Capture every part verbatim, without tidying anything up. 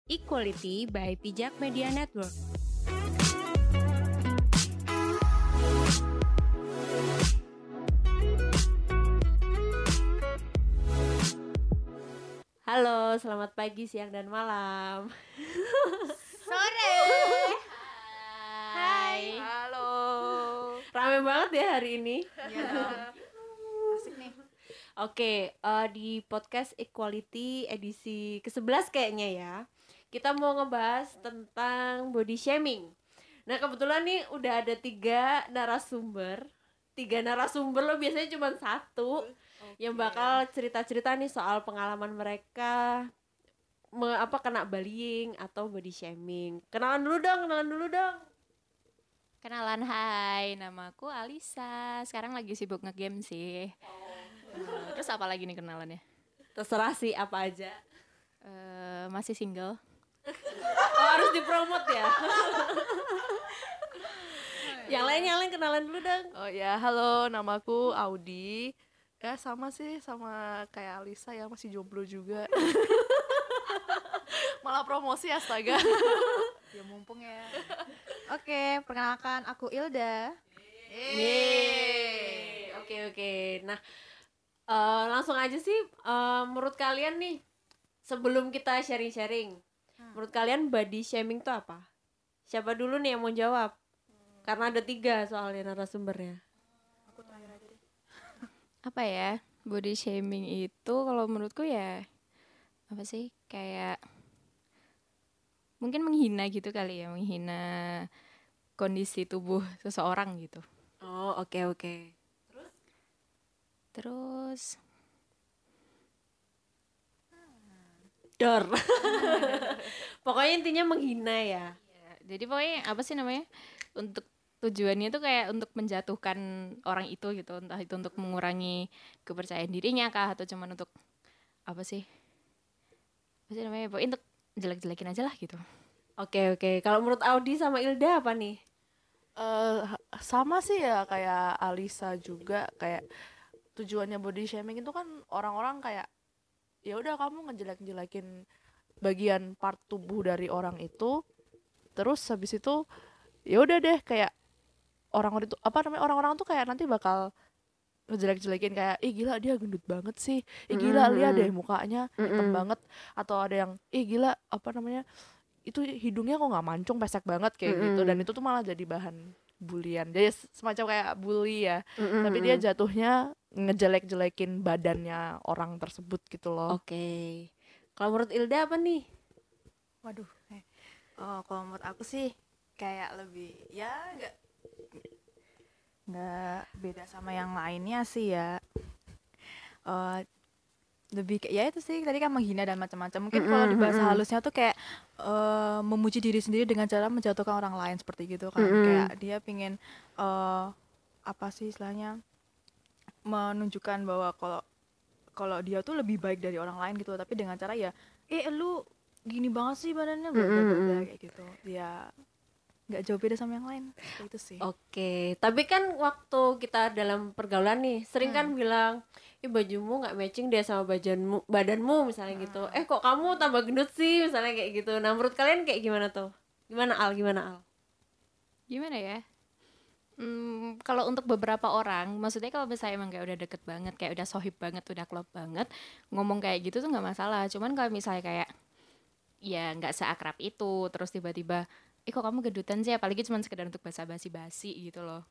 Equality by Pijak Media Network. Halo, selamat pagi, siang, dan malam. Sore. Hai. Halo. Rame banget ya hari ini. Iya dong. Asik nih. Oke, uh, di podcast Equality edisi kesebelas kayaknya ya, kita mau ngebahas tentang body shaming. Nah kebetulan nih udah ada tiga narasumber. Tiga narasumber loh, biasanya cuma satu okay. Yang bakal cerita-cerita nih soal pengalaman mereka me, apa kena bullying atau body shaming. Kenalan dulu dong, kenalan dulu dong. Kenalan, hai, namaku Alisa. Sekarang lagi sibuk nge-game sih. Uh, terus apa lagi nih kenalannya? Terserah sih, apa aja. Uh, masih single. Oh, harus dipromot ya. Yang lain, yang lain kenalan dulu dong. Oh ya, halo, namaku Audi. Ya sama sih, sama kayak Alisa ya, masih jomblo juga. Malah promosi, astaga. Ya mumpung ya. Oke, perkenalkan aku Ilda. Yeay. Oke oke. Nah, uh, langsung aja sih. Uh, menurut kalian nih, sebelum kita sharing-sharing, hmm. menurut kalian body shaming itu apa? Siapa dulu nih yang mau jawab? Hmm. Karena ada tiga soalnya narasumbernya. Aku terakhir aja deh. Apa ya? Body shaming itu kalau menurutku ya apa sih? Kayak mungkin menghina gitu kali ya, menghina kondisi tubuh seseorang gitu. Oh, oke okay, oke. Okay. Terus? Terus dor. Pokoknya intinya menghina ya. ya. Jadi pokoknya apa sih namanya? Untuk tujuannya tuh kayak untuk menjatuhkan orang itu gitu, entah itu untuk mengurangi kepercayaan dirinya kah atau cuman untuk apa sih? Apa sih namanya? Pokoknya untuk jelek-jelekin aja lah gitu. Oke oke. Kalau menurut Audi sama Ilda apa nih? Uh, sama sih ya kayak Alisa juga, kayak tujuannya body shaming itu kan orang-orang kayak ya udah kamu ngejelek-jelekin bagian part tubuh dari orang itu, terus habis itu ya udah deh kayak orang-orang itu apa namanya orang-orang tuh kayak nanti bakal ngejelek-jelekin kayak ih gila dia gendut banget sih, ih gila mm-hmm. lihat deh mukanya hitam mm-hmm. banget, atau ada yang ih gila apa namanya itu hidungnya kok nggak mancung pesek banget kayak mm-hmm. gitu, dan itu tuh malah jadi bahan bulian, jadi semacam kayak bully ya, mm-hmm. tapi dia jatuhnya ngejelek-jelekin badannya orang tersebut gitu loh. Oke, okay. Kalau menurut Ilda apa nih? Waduh, eh. oh kalau menurut aku sih kayak lebih ya nggak nggak beda sama yang lainnya sih ya. Uh, lebih kayak ya itu sih tadi kan menghina dan macam-macam, mungkin mm-hmm. kalau di bahasa halusnya tuh kayak uh, memuji diri sendiri dengan cara menjatuhkan orang lain seperti gitu kan, mm-hmm. kayak dia pingin uh, apa sih istilahnya menunjukkan bahwa kalau kalau dia tuh lebih baik dari orang lain gitu, tapi dengan cara ya eh lu gini banget sih badannya mm-hmm. kayak gitu ya, nggak jauh beda sama yang lain itu sih. Oke, tapi kan waktu kita dalam pergaulan nih sering hmm. kan bilang ih bajumu nggak matching deh sama badanmu badanmu misalnya hmm. gitu, eh kok kamu tambah gendut sih misalnya kayak gitu. Nah menurut kalian kayak gimana tuh? Gimana Al? Gimana Al? Gimana ya? Hmm, kalau untuk beberapa orang, maksudnya kalau misalnya emang kayak udah deket banget, kayak udah sohib banget, udah klop banget, ngomong kayak gitu tuh nggak masalah. Cuman kalau misalnya kayak ya nggak seakrab itu, terus tiba-tiba ih kok kamu gendutan sih, apalagi cuma sekedar untuk basa-basi-basi gitu loh.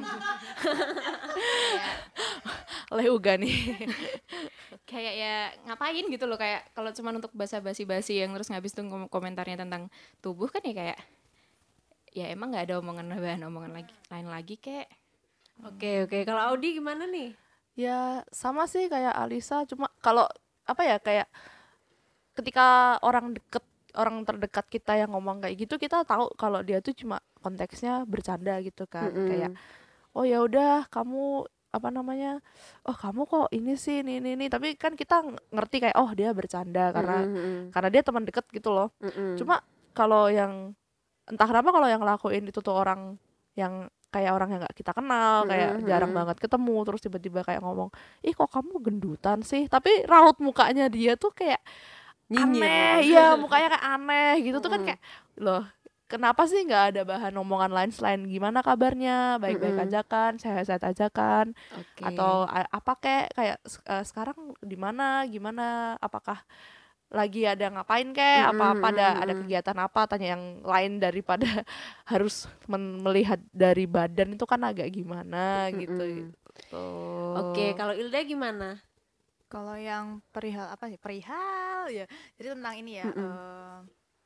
Leuga nih. Kayak ya ngapain gitu loh, kayak kalau cuma untuk basa-basi-basi yang terus ngabis tuh komentarnya tentang tubuh kan ya kayak ya emang nggak ada omongan bahan omongan lagi lain lagi kayak. Oke oke. Kalau Audi gimana nih? Ya sama sih kayak Alisa, cuma kalau apa ya kayak ketika orang deket orang terdekat kita yang ngomong kayak gitu, kita tahu kalau dia tuh cuma konteksnya bercanda gitu kan, mm-hmm. kayak oh ya udah kamu apa namanya oh kamu kok ini sih ini ini, ini. Tapi kan kita ngerti kayak oh dia bercanda karena mm-hmm. karena dia teman deket gitu loh, mm-hmm. cuma kalau yang entah kenapa kalau yang ngelakuin itu tuh orang yang kayak orang yang nggak kita kenal, kayak mm-hmm. jarang banget ketemu, terus tiba-tiba kayak ngomong ih kok kamu gendutan sih, tapi raut mukanya dia tuh kayak Nyinyir. aneh, iya mukanya kayak aneh gitu tuh kan Mm-mm. kayak loh kenapa sih nggak ada bahan omongan lain selain gimana kabarnya, baik-baik Mm-mm. aja kan, sehat-sehat aja kan, Oke. atau a- apa kek kayak s- eh, sekarang di mana gimana, apakah lagi ada ngapain kek, Mm-mm, apa apa ada ada mm-mm. kegiatan apa, tanya yang lain daripada harus men- melihat dari badan itu kan agak gimana gitu Mm-mm. gitu. Oke, kalau Ilda gimana? Kalau yang perihal apa sih? Perihal ya. Jadi tentang ini ya. Mm-mm. eh,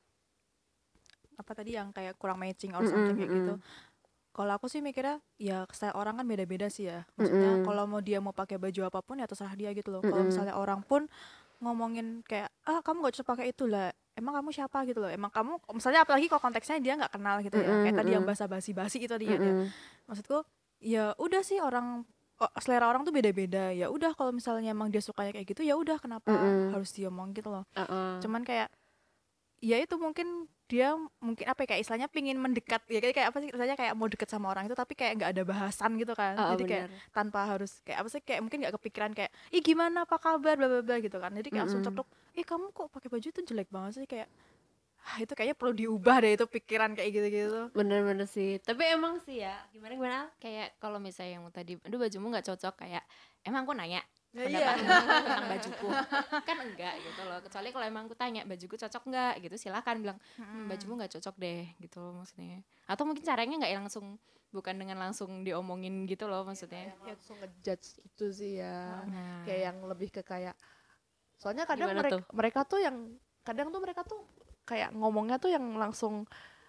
apa tadi yang kayak kurang matching or Mm-mm, something kayak gitu. mm-mm. Kalau aku sih mikirnya ya style orang kan beda-beda sih ya. Maksudnya Mm-mm. kalau mau dia mau pakai baju apapun ya terserah dia gitu loh. Kalau Mm-mm. misalnya orang pun ngomongin kayak ah kamu gak cocok pakai itu lah. Emang kamu siapa gitu loh. Emang kamu misalnya apalagi kalau konteksnya dia nggak kenal gitu ya. Mm-mm, Kayak tadi yang mm-mm. basa-basi basi itu tadi ya dia. Mm-mm. Maksudku ya udah sih orang oh, selera orang tuh beda-beda. Ya udah kalau misalnya emang dia sukanya kayak gitu ya udah kenapa Mm-mm. harus diomong gitu loh. Uh-uh. Cuman kayak ya itu mungkin dia mungkin apa ya kayak istilahnya pingin mendekat ya kayak kayak apa sih istilahnya kayak mau deket sama orang itu tapi kayak nggak ada bahasan gitu kan Uh-uh, jadi kayak bener. tanpa harus kayak apa sih kayak mungkin nggak kepikiran kayak ih gimana apa kabar bla bla bla gitu kan jadi kayak langsung Mm-mm. ceplok eh kamu kok pakai baju itu jelek banget sih kayak ah, itu kayaknya perlu diubah deh itu pikiran kayak gitu gitu Bener-bener sih. Tapi emang sih ya, gimana gimana? Al? Kayak kalau misalnya yang tadi aduh bajumu nggak cocok, kayak emang aku nanya Ya, pendapatmu iya. tentang bajuku kan enggak gitu loh, kecuali kalau emang aku tanya bajuku cocok nggak gitu silakan bilang hmm, bajumu nggak cocok deh gitu loh maksudnya, atau mungkin caranya nggak langsung, bukan dengan langsung diomongin gitu loh maksudnya. Ya, langsung ngejudge gitu sih ya. Nah, Kayak yang lebih ke kayak soalnya kadang Gimana mereka tuh? mereka tuh yang kadang tuh mereka tuh kayak ngomongnya tuh yang langsung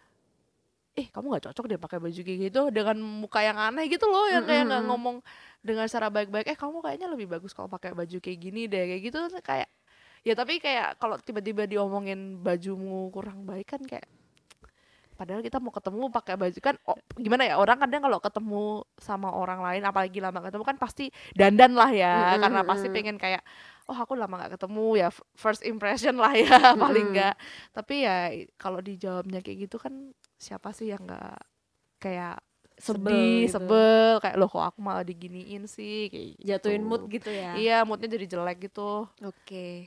eh kamu nggak cocok deh pakai baju kayak gitu dengan muka yang aneh gitu loh yang kayak nggak Mm-mm. ngomong dengan cara baik-baik eh kamu kayaknya lebih bagus kalau pakai baju kayak gini deh kayak gitu kayak ya tapi kayak kalau tiba-tiba diomongin bajumu kurang baik kan kayak padahal kita mau ketemu pakai baju kan oh, gimana ya orang kadang kalau ketemu sama orang lain apalagi lama ketemu kan pasti dandan lah ya Mm-mm, karena pasti mm-mm. pengen kayak oh aku lama gak ketemu ya f- first impression lah ya paling Mm-mm. enggak tapi ya kalau dijawabnya kayak gitu kan siapa sih yang nggak kayak Sebel sedih gitu. sebel kayak loh kok aku malah diginiin sih kayak gitu. Jatuhin mood gitu ya. Iya moodnya jadi jelek gitu. Oke.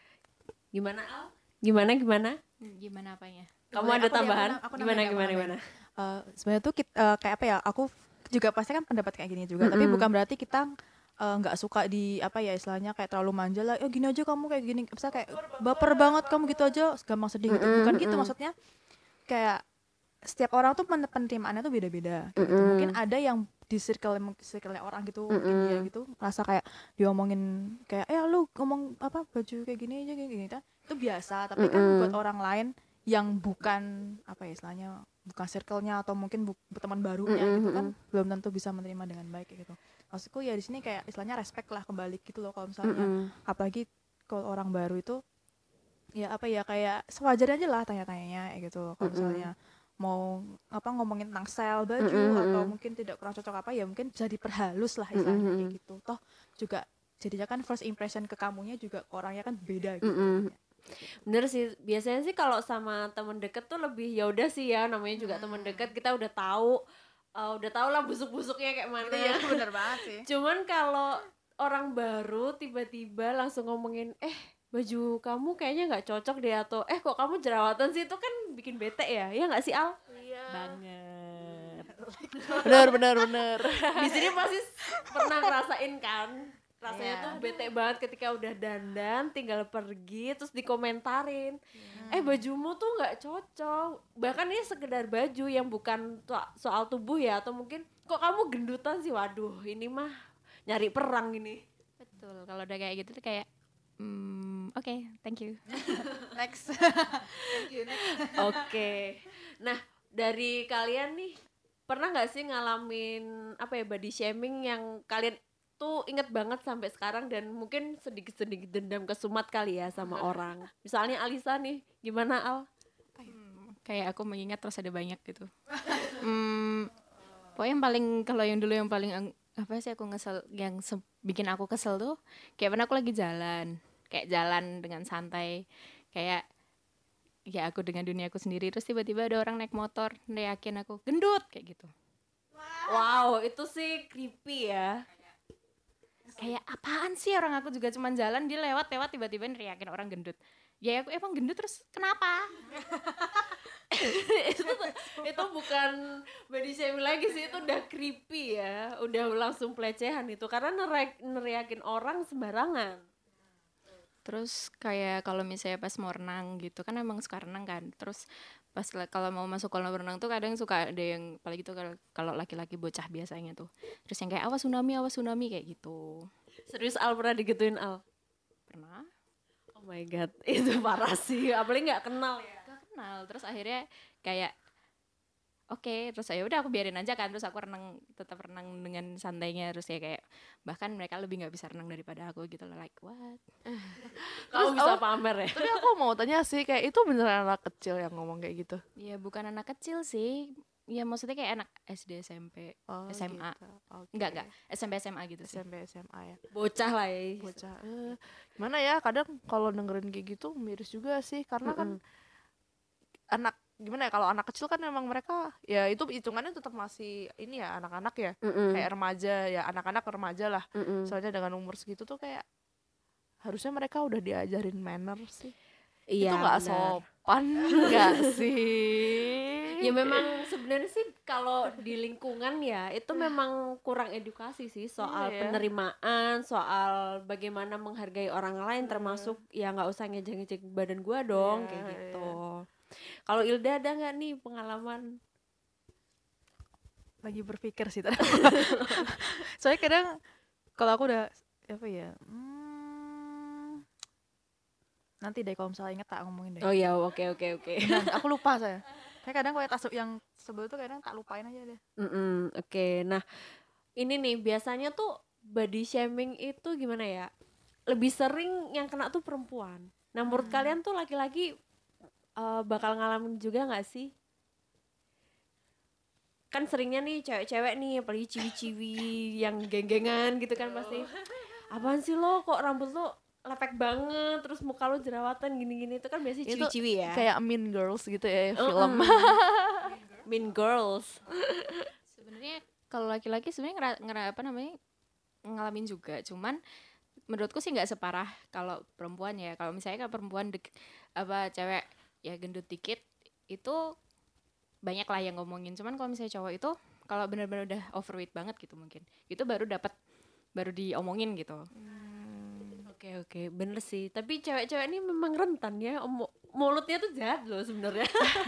Gimana Al? Gimana gimana? gimana apanya? Kamu Boleh, ada aku deh, aku tambahan? nam- aku Gimana nambahin, aku gimana nambahin. gimana? Eh, sebenarnya tuh kita, eh, kayak apa ya aku juga pasti kan pendapat kayak gini juga tapi Mm-mm. bukan berarti kita eh, nggak suka di apa ya istilahnya kayak terlalu manja lah ya gini aja kamu kayak gini misalnya kayak baper banget kamu gitu aja gampang sedih gitu Mm-mm, bukan gitu mm-mm. maksudnya kayak setiap orang tuh pen- penerimaannya tuh beda-beda kayak gitu. Mm-mm. Mungkin ada yang di circle circle orang gitu mungkin Mm-mm. dia gitu merasa kayak diomongin kayak eh lu ngomong apa baju kayak gini aja kayak gini kan itu biasa tapi kan Mm-mm. buat orang lain yang bukan apa ya istilahnya bukan circle-nya atau mungkin bu- teman barunya Mm-mm, gitu kan mm-mm. belum tentu bisa menerima dengan baik kayak gitu maksudku ya di sini kayak istilahnya respect lah kembali gitu loh kalau misalnya Mm-mm. apalagi kalau orang baru itu ya apa ya kayak sewajarnya aja lah tanya-tanyanya kayak gitu kalau Mm-mm. misalnya mau apa ngomongin tentang style baju Mm-mm, atau mm-mm. mungkin tidak kurang cocok apa ya mungkin bisa diperhalus lah istilahnya Mm-mm, kayak mm-mm. gitu toh juga jadinya kan first impression ke kamunya juga ke orangnya kan beda gitu Mm-mm. Bener sih, biasanya sih kalau sama temen deket tuh lebih ya udah sih ya namanya juga temen deket kita udah tahu uh, udah tahu lah busuk-busuknya kayak mana. Gitu ya bener banget sih Cuman kalau orang baru tiba-tiba langsung ngomongin eh baju kamu kayaknya nggak cocok deh atau eh kok kamu jerawatan sih itu kan bikin bete ya, ya nggak sih Al? Banget. Bener bener bener. Di sini pasti pernah ngerasain kan? Rasanya Iya. tuh bete banget ketika udah dandan tinggal pergi terus dikomentarin eh bajumu tuh nggak cocok, bahkan ini sekedar baju yang bukan to- soal tubuh ya atau mungkin kok kamu gendutan sih, waduh ini mah nyari perang ini. Betul, kalau udah kayak gitu tuh kayak hmm, oke thank you. next Oke, nah dari kalian nih pernah nggak sih ngalamin apa ya body shaming yang kalian tuh inget banget sampai sekarang dan mungkin sedikit-sedikit dendam kesumat kali ya sama orang. Misalnya Alisa nih, gimana Al? Kayak aku mengingat terus ada banyak gitu. hmm, pokoknya yang paling kalau yang dulu yang paling ang- apa sih aku ngesel yang se- bikin aku kesel tuh kayak pernah aku lagi jalan kayak jalan dengan santai kayak ya aku dengan dunia aku sendiri terus tiba-tiba ada orang naik motor neriakin aku gendut kayak gitu. Wow, itu sih creepy ya. Kayak apaan sih orang aku juga cuman jalan dia lewat lewat tiba-tiba neriakin orang gendut ya aku emang gendut terus kenapa? itu itu bukan body shaming lagi sih, itu udah creepy ya, udah langsung pelecehan itu karena nerek, neriakin orang sembarangan. Terus kayak kalau misalnya pas mau renang gitu kan emang suka renang kan, terus pas la- kalau mau masuk kolam renang tuh kadang suka ada yang apalagi tuh kalau kalau laki-laki bocah biasanya tuh, terus yang kayak awas tsunami awas tsunami kayak gitu. Serius Al pernah digituin Al? Pernah Oh my god, itu parah sih, apalagi nggak kenal ya. gak kenal, terus akhirnya kayak oke, terus ya udah aku biarin aja kan, terus aku renang tetap renang dengan santainya, terus ya kayak bahkan mereka lebih nggak bisa renang daripada aku gitu loh, like what. Kamu Terus, bisa oh, pamer ya? Tapi aku mau tanya sih, kayak itu beneran anak kecil yang ngomong kayak gitu? Ya bukan anak kecil sih, ya maksudnya kayak anak S D S M P Oh, S M A gitu. Oke. enggak enggak S M P S M A gitu sih. S M P S M A ya. Bocah lah ya. Bocah. Eh, gimana ya? Kadang kalau dengerin kayak gitu miris juga sih, karena kan anak gimana ya, kalau anak kecil kan memang mereka ya itu hitungannya tetap masih ini ya, anak-anak ya, Mm-mm. kayak remaja ya, anak-anak remaja lah. Mm-mm. Soalnya dengan umur segitu tuh kayak harusnya mereka udah diajarin manner sih. Iya, Itu nggak benar. sopan nggak sih? Ya memang sebenarnya sih kalau di lingkungan ya itu memang kurang edukasi sih soal Iya ya. penerimaan, soal bagaimana menghargai orang lain, termasuk ya nggak usah ngejek-ngejek badan gua dong, Iya, kayak gitu. Kalau Ilda ada nggak nih pengalaman? Lagi berpikir sih tadi. Soalnya kadang kalau aku udah apa ya, hmm, nanti deh kalau misalnya inget tak ngomongin deh. Oh ya, oke oke oke. Beneran, aku lupa saya. Kayak kadang kalau tas yang sebelum itu kadang tak lupain aja deh. Mm-mm, oke. Nah, ini nih biasanya tuh body shaming itu gimana ya? Lebih sering yang kena tuh perempuan. Nah, menurut kalian tuh laki-laki eh, bakal ngalamin juga nggak sih? Kan seringnya nih cewek-cewek nih, apalagi ciwi-ciwi yang geng-gengan gitu kan pasti. Apaan sih lo, kok rambut lo lepek banget, terus muka lo jerawatan gini-gini, itu kan biasanya Itu ciwi-ciwi ya. Kayak Mean Girls gitu ya, Mm-mm. film. Mean Girls. Sebenarnya kalau laki-laki sebenarnya ngera, ngera- apa namanya ngalamin juga, cuman menurutku sih nggak separah kalau perempuan ya. Kalau misalnya kalau perempuan dek, apa cewek ya gendut dikit itu banyak lah yang ngomongin, cuman kalau misalnya cowok itu kalau benar-benar udah overweight banget gitu mungkin itu baru dapat baru diomongin gitu. Oke oke, bener sih. Tapi cewek-cewek ini memang rentan ya, Om- mulutnya tuh jahat loh sebenarnya.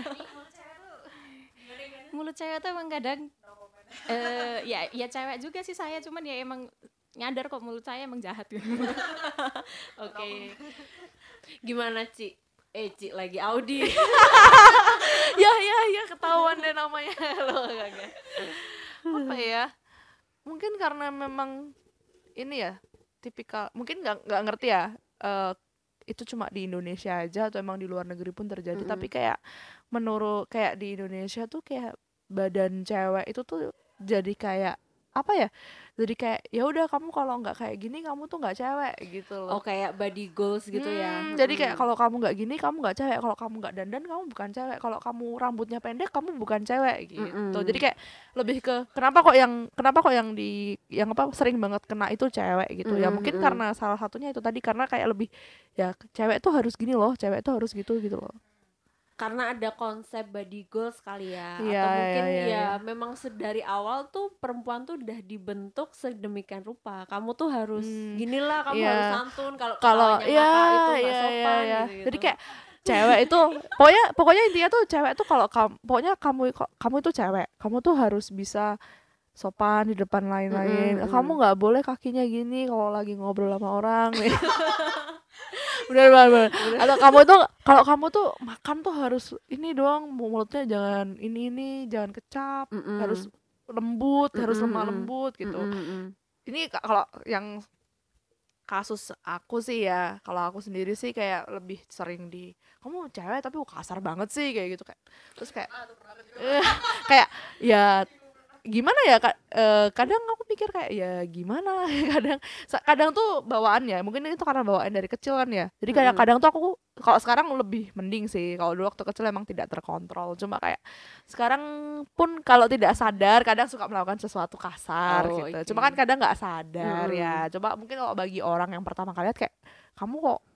Mulut cewek tuh emang kadang eh ya ya cewek juga sih saya, cuman ya emang nyadar kok mulut saya emang jahat gitu. Oke. Gimana Ci? Eh Ci lagi Audi. ya ya ya ketahuan deh namanya. Loh, enggak, enggak. Apa ya? Mungkin karena memang ini ya, tipikal, mungkin nggak nggak ngerti ya, eh, itu cuma di Indonesia aja atau emang di luar negeri pun terjadi. Mm-mm. Tapi kayak menurut kayak di Indonesia tuh kayak badan cewek itu tuh jadi kayak apa ya, jadi kayak ya udah kamu kalau nggak kayak gini kamu tuh nggak cewek gitu loh. Oh kayak body goals gitu ya. Hmm, jadi kayak Mm-mm. kalau kamu nggak gini kamu nggak cewek, kalau kamu nggak dandan kamu bukan cewek, kalau kamu rambutnya pendek kamu bukan cewek gitu. Mm-mm. Jadi kayak lebih ke kenapa kok yang kenapa kok yang di yang apa sering banget kena itu cewek gitu. Ya mungkin Mm-mm. karena salah satunya itu tadi, karena kayak lebih ya cewek tuh harus gini loh, cewek tuh harus gitu gitu loh. Karena ada konsep body goals kali ya. Iya, Atau mungkin iya, iya, ya iya. memang sedari awal tuh perempuan tuh udah dibentuk sedemikian rupa. Kamu tuh harus Hmm, ginilah, kamu iya. harus santun. Kalau Kalau ketawanya ya ngakak itu nggak ya sopan ya ya. gitu-gitu. Jadi kayak cewek itu pokoknya pokoknya intinya tuh cewek tuh kalau kamu pokoknya kamu kamu itu cewek, kamu tuh harus bisa sopan di depan lain-lain. Mm-mm, Kamu mm. nggak boleh kakinya gini kalau lagi ngobrol sama orang nih. bener bener, bener. Atau kamu tuh kalau kamu tuh makan tuh harus ini doang, mulutnya jangan ini ini jangan kecap, Mm-mm. harus lembut, harus Mm-mm, lemah mm. lembut gitu. Mm-mm, mm. Ini ka- kalau yang kasus aku sih ya, kalau aku sendiri sih kayak lebih sering di kamu cewek tapi kok kasar banget sih kayak gitu, kayak terus kayak eh, kayak ya gimana ya Kak, eh, kadang aku pikir kayak ya gimana kadang sa- kadang tuh bawaan ya, mungkin itu karena bawaan dari kecil kan ya, jadi kayak Mm-mm. kadang tuh aku kalau sekarang lebih mending sih, kalau dulu waktu kecil emang tidak terkontrol, cuma kayak sekarang pun kalau tidak sadar kadang suka melakukan sesuatu kasar Oh, gitu, oke. cuma kan kadang nggak sadar Mm-mm. ya, coba mungkin kalau bagi orang yang pertama kali lihat kayak kamu kok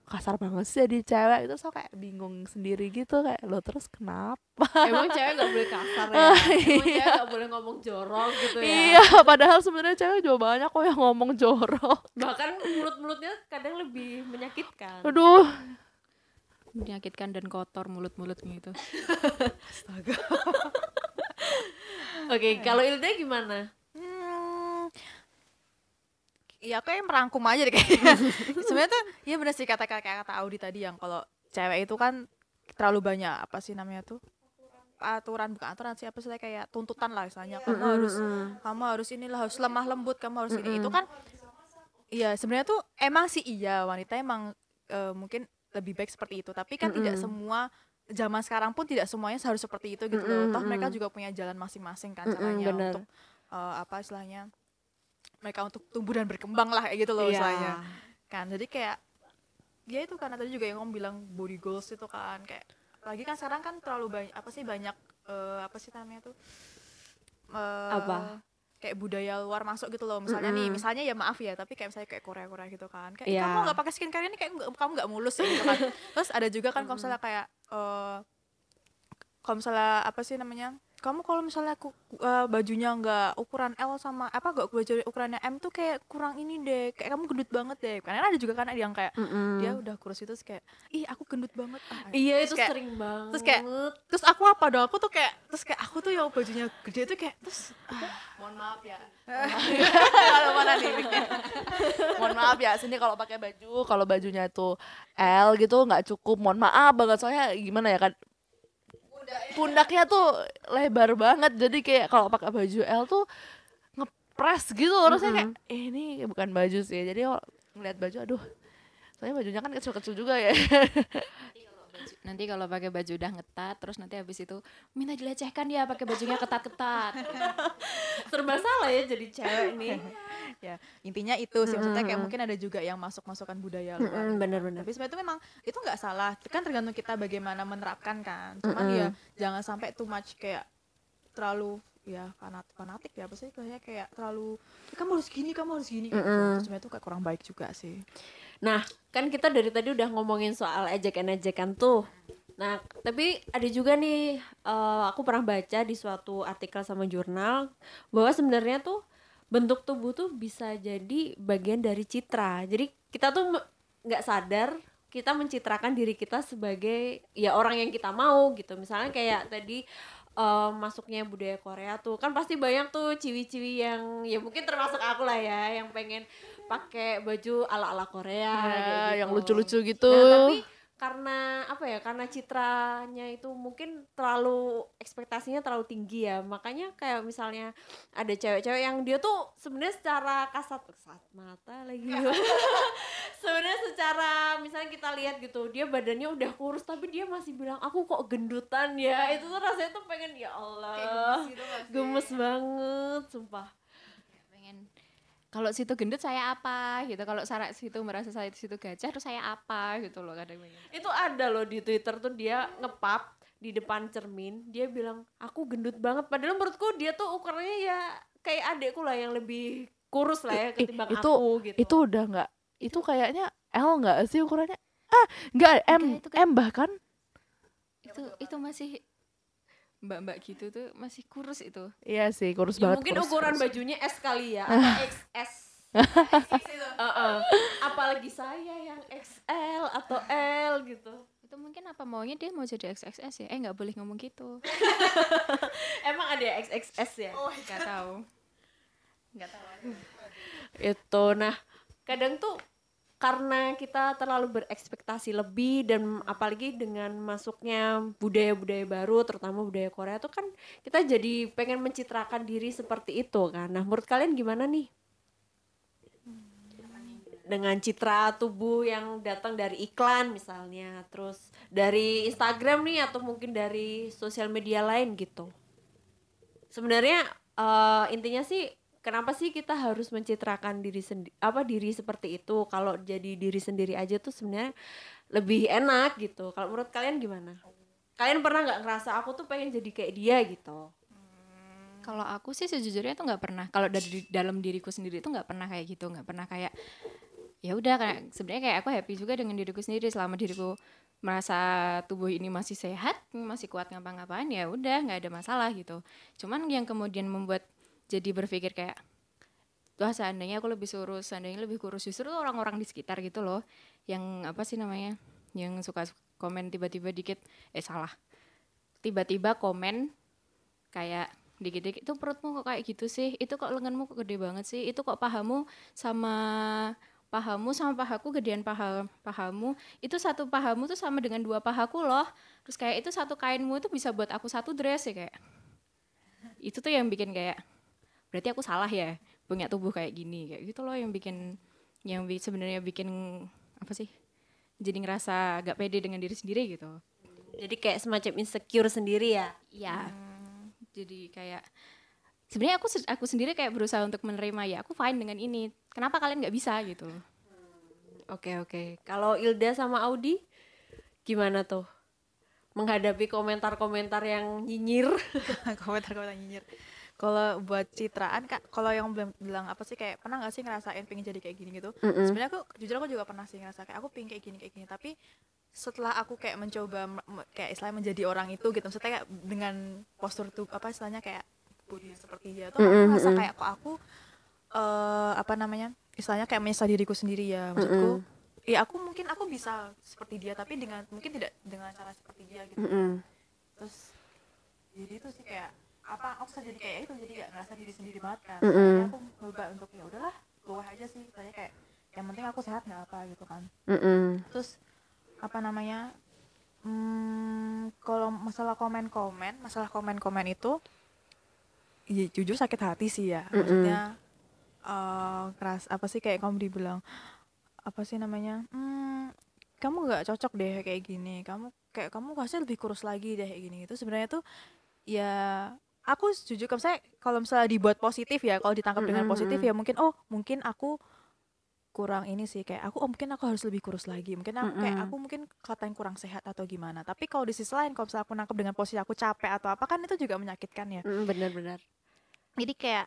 kasar banget sih jadi cewek itu, so kayak bingung sendiri gitu kayak lo terus kenapa. Emang cewek nggak boleh kasar ya? Emang cewek nggak boleh ngomong jorok gitu ya? Iya, padahal sebenarnya cewek juga banyak kok yang ngomong jorok. Bahkan mulut-mulutnya kadang lebih menyakitkan. Aduh, Menyakitkan dan kotor mulut-mulut gitu. Oke, kalau Ilda gimana? Hmm, ya aku yang merangkum aja deh kayaknya. Sebenarnya tuh ya benar sih kata kayak kata Audi tadi, yang kalau cewek itu kan terlalu banyak apa sih namanya tuh aturan, bukan aturan sih, apa sih kayak tuntutan lah istilahnya. Kamu harus kamu harus inilah, harus lemah lembut, kamu harus ini itu kan. Iya sebenarnya tuh emang sih iya, wanita emang eh, mungkin lebih baik seperti itu, tapi kan tidak semua, zaman sekarang pun tidak semuanya harus seperti itu gitu loh. Toh mereka juga punya jalan masing-masing kan caranya bener. untuk eh, apa istilahnya mereka untuk tumbuh dan berkembang lah kayak gitu loh Iya. istilahnya kan. Jadi kayak ya itu karena tadi juga yang ngomong bilang body goals itu kan, kayak apalagi kan sekarang kan terlalu banyak apa sih banyak eh, apa sih namanya tuh eh, Apa? kayak budaya luar masuk gitu loh. Misalnya nih, misalnya ya maaf ya, tapi kayak misalnya kayak Korea-Korea gitu kan, kayak Iya. kamu nggak pakai skincare ini kayak nggak- kamu nggak mulus ya gitu kan. Terus ada juga kan kalau misalnya kayak eh kalau misalnya apa sih namanya, kamu kalau misalnya ku, eh, bajunya nggak ukuran L sama apa nggak baju ukurannya M tuh kayak kurang ini deh, kayak kamu gendut banget deh. Karena ada juga kan yang kayak dia udah kurus itu terus kayak ih aku gendut banget. Ah, Iya, terus itu kayak- sering banget. terus kayak terus aku apa dong, aku tuh kayak terus kayak aku tuh yang bajunya gede tuh kayak terus mohon maaf ya. Kalau mana nih mic-nya? Mohon maaf ya, sini kalau pakai baju, kalau bajunya itu L gitu nggak cukup. Mohon maaf banget, soalnya gimana ya kan, pundaknya tuh lebar banget, jadi kayak kalau pakai baju L tuh ngepres gitu, terusnya kayak eh, ini bukan baju sih. Jadi kalau ngeliat baju, aduh, soalnya bajunya kan kecil-kecil juga ya. Nanti kalau pakai baju udah ngetat, terus nanti habis itu minta dilecehkan ya pakai bajunya ketat-ketat. serba salah ya jadi cewek nih. ya intinya itu sih, maksudnya kayak mungkin ada juga yang masuk-masukan budaya luar. Mm, bener-bener. Tapi sebenarnya itu memang itu nggak salah, kan tergantung kita bagaimana menerapkan kan. Cuman ya jangan sampai too much kayak terlalu ya fanat fanatik ya, apa sih kayak kayak terlalu kamu harus gini kamu harus gini gitu. Sebenarnya itu kayak kurang baik juga sih. Nah, kan kita dari tadi udah ngomongin soal ejekan-ejekan tuh. Nah, tapi ada juga nih, eh, aku pernah baca di suatu artikel sama jurnal bahwa sebenarnya tuh bentuk tubuh tuh bisa jadi bagian dari citra. Jadi kita tuh me- nggak sadar kita mencitrakan diri kita sebagai ya orang yang kita mau gitu. Misalnya kayak tadi eh, masuknya budaya Korea tuh kan pasti banyak tuh ciwi-ciwi yang ya mungkin termasuk aku lah ya, yang pengen pakai baju ala-ala Korea kayak Ya, gitu. yang lucu-lucu gitu. Nah, tapi karena apa ya? Karena citranya itu mungkin terlalu ekspektasinya terlalu tinggi ya. Makanya kayak misalnya ada cewek-cewek yang dia tuh sebenarnya secara kasat kasat mata lagi. Sebenarnya secara misalnya kita lihat gitu, dia badannya udah kurus tapi dia masih bilang aku kok gendutan ya. Itu tuh rasanya tuh pengen ya Allah. Gemes banget, sumpah. Pengen kalau situ gendut saya apa gitu, kalau Sarah situ merasa saya situ gajah terus saya apa gitu loh kadang pengen. Itu ada loh di Twitter tuh dia ngepap di depan cermin, dia bilang aku gendut banget, padahal menurutku dia tuh ukurannya ya kayak adekku lah yang lebih kurus lah ya Eh, ketimbang itu aku gitu. itu udah nggak, itu kayaknya L nggak sih ukurannya? Ah nggak, M Enggak, itu kan- M bahkan. Itu itu masih mbak-mbak gitu tuh masih kurus itu. Iya sih, kurus Ya banget. mungkin kurus, ukuran kurus. bajunya S kali ya atau X S. Heeh. Apalagi saya yang X L atau L gitu. Itu mungkin apa maunya dia mau jadi X X S ya? Eh nggak boleh ngomong gitu. Emang ada ya X X S ya? Nggak tahu. Nggak tahu. Itu nah kadang tuh karena kita terlalu berekspektasi lebih dan apalagi dengan masuknya budaya-budaya baru terutama budaya Korea tuh kan kita jadi pengen mencitrakan diri seperti itu kan. Nah menurut kalian gimana nih dengan citra tubuh yang datang dari iklan misalnya, terus dari Instagram nih atau mungkin dari sosial media lain gitu? Sebenarnya eh, intinya sih kenapa sih kita harus mencitrakan diri sendi- apa diri seperti itu? Kalau jadi diri sendiri aja tuh sebenarnya lebih enak gitu. Kalau menurut kalian gimana? Kalian pernah nggak ngerasa aku tuh pengen jadi kayak dia gitu? Kalau aku sih sejujurnya tuh nggak pernah. Kalau dari dalam diriku sendiri tuh nggak pernah kayak gitu, nggak pernah kayak ya udah, kayak sebenarnya kayak aku happy juga dengan diriku sendiri selama diriku merasa tubuh ini masih sehat, masih kuat ngapa-ngapain, ya udah nggak ada masalah gitu. Cuman yang kemudian membuat jadi berpikir kayak, wah seandainya aku lebih kurus, seandainya lebih kurus, justru tuh orang-orang di sekitar gitu loh, yang apa sih namanya, yang suka komen tiba-tiba dikit, eh salah, tiba-tiba komen kayak dikit-dikit, itu perutmu kok kayak gitu sih, itu kok lenganmu kok gede banget sih, itu kok pahamu sama pahamu sama pahaku gedean paha pahamu, itu satu pahamu tuh sama dengan dua pahaku loh, terus kayak itu satu kainmu itu bisa buat aku satu dress ya, kayak itu tuh yang bikin kayak berarti aku salah ya punya tubuh kayak gini, kayak gitu loh yang bikin yang bi- sebenarnya bikin apa sih, jadi ngerasa gak pede dengan diri sendiri gitu. Jadi kayak semacam insecure sendiri ya. Iya. Jadi kayak sebenarnya aku se- aku sendiri kayak berusaha untuk menerima, ya aku fine dengan ini, kenapa kalian nggak bisa gitu. Oke oke. Kalau Ilda sama Audi gimana tuh menghadapi komentar-komentar yang nyinyir? Komentar-komentar nyinyir. Kalau buat citraan kak, kalau yang bilang, bilang apa sih kayak pernah nggak sih ngerasain pengen jadi kayak gini gitu? Mm-mm. Sebenarnya aku jujur aku juga pernah sih ngerasa kayak aku pengen kayak gini kayak gini, tapi setelah aku kayak mencoba me- me- kayak istilahnya menjadi orang itu gitu, maksudnya kayak dengan postur tuh apa istilahnya kayak body seperti dia tuh, aku Mm-mm, ngerasa mm-mm. kayak kok aku eh apa namanya istilahnya kayak menyesal diriku sendiri ya, maksudku ya aku mungkin aku bisa seperti dia tapi dengan mungkin tidak dengan cara seperti dia gitu. Mm-mm. Terus jadi itu sih kayak apa aku bisa jadi kayak itu, jadi gak ngerasa diri sendiri banget kan. Mm-mm. Akhirnya aku coba untuk ya udahlah keluar aja sih, misalnya kayak yang penting aku sehat nggak apa gitu kan. Mm-mm. Terus apa namanya hmm, kalau masalah komen-komen masalah komen-komen itu ya, jujur sakit hati sih ya. Mm-mm. Maksudnya eh keras apa sih kayak kamu dibilang apa sih namanya hmm, kamu nggak cocok deh kayak gini, kamu kayak kamu harusnya lebih kurus lagi deh kayak gini. Itu sebenarnya tuh ya aku jujur kalau saya kalau misalnya dibuat positif ya, kalau ditangkap dengan Mm-mm, positif mm-mm. ya mungkin oh mungkin aku kurang ini sih kayak aku oh mungkin aku harus lebih kurus lagi, mungkin aku kayak Mm-mm. aku mungkin kelihatan kurang sehat atau gimana. Tapi kalau di sisi lain kalau misalnya aku nangkep dengan posisi aku capek atau apa kan itu juga menyakitkan ya. Mm, benar-benar. Jadi kayak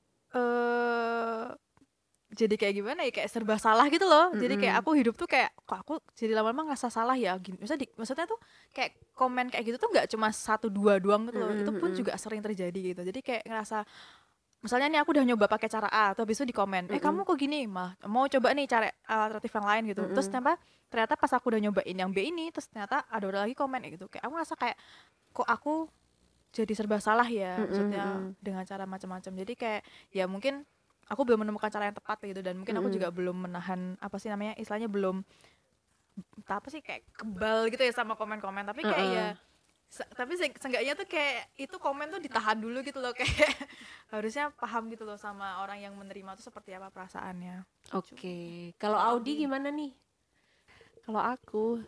eh jadi kayak gimana ya, kayak serba salah gitu loh. Jadi kayak Mm-mm. aku hidup tuh kayak kok aku jadi lama-lama ngerasa salah ya gini. Maksudnya, di- maksudnya tuh kayak komen kayak gitu tuh nggak cuma satu dua doang gitu loh. Itu pun Mm-mm. juga sering terjadi gitu. Jadi kayak ngerasa misalnya nih aku udah nyoba pakai cara A, atau habis itu di komen, eh Mm-mm. kamu kok gini, mah mau coba nih cara alternatif yang lain gitu. Terus Mm-mm. ternyata ternyata pas aku udah nyobain yang B ini, terus ternyata ada orang lagi komen kayak gitu. Kayak aku ngerasa kayak kok aku jadi serba salah ya, Mm-mm, maksudnya mm-mm. dengan cara macam-macam. Jadi kayak ya mungkin aku belum menemukan cara yang tepat gitu, dan mungkin aku Mm-mm. juga belum menahan apa sih namanya istilahnya belum apa sih kayak kebal gitu ya sama komen-komen. Tapi kayak Uh-uh. ya se- tapi se- seenggaknya tuh kayak itu komen tuh ditahan dulu gitu loh, kayak harusnya paham gitu loh sama orang yang menerima tuh seperti apa perasaannya. Oke. Kalau Audi gimana nih? Kalau aku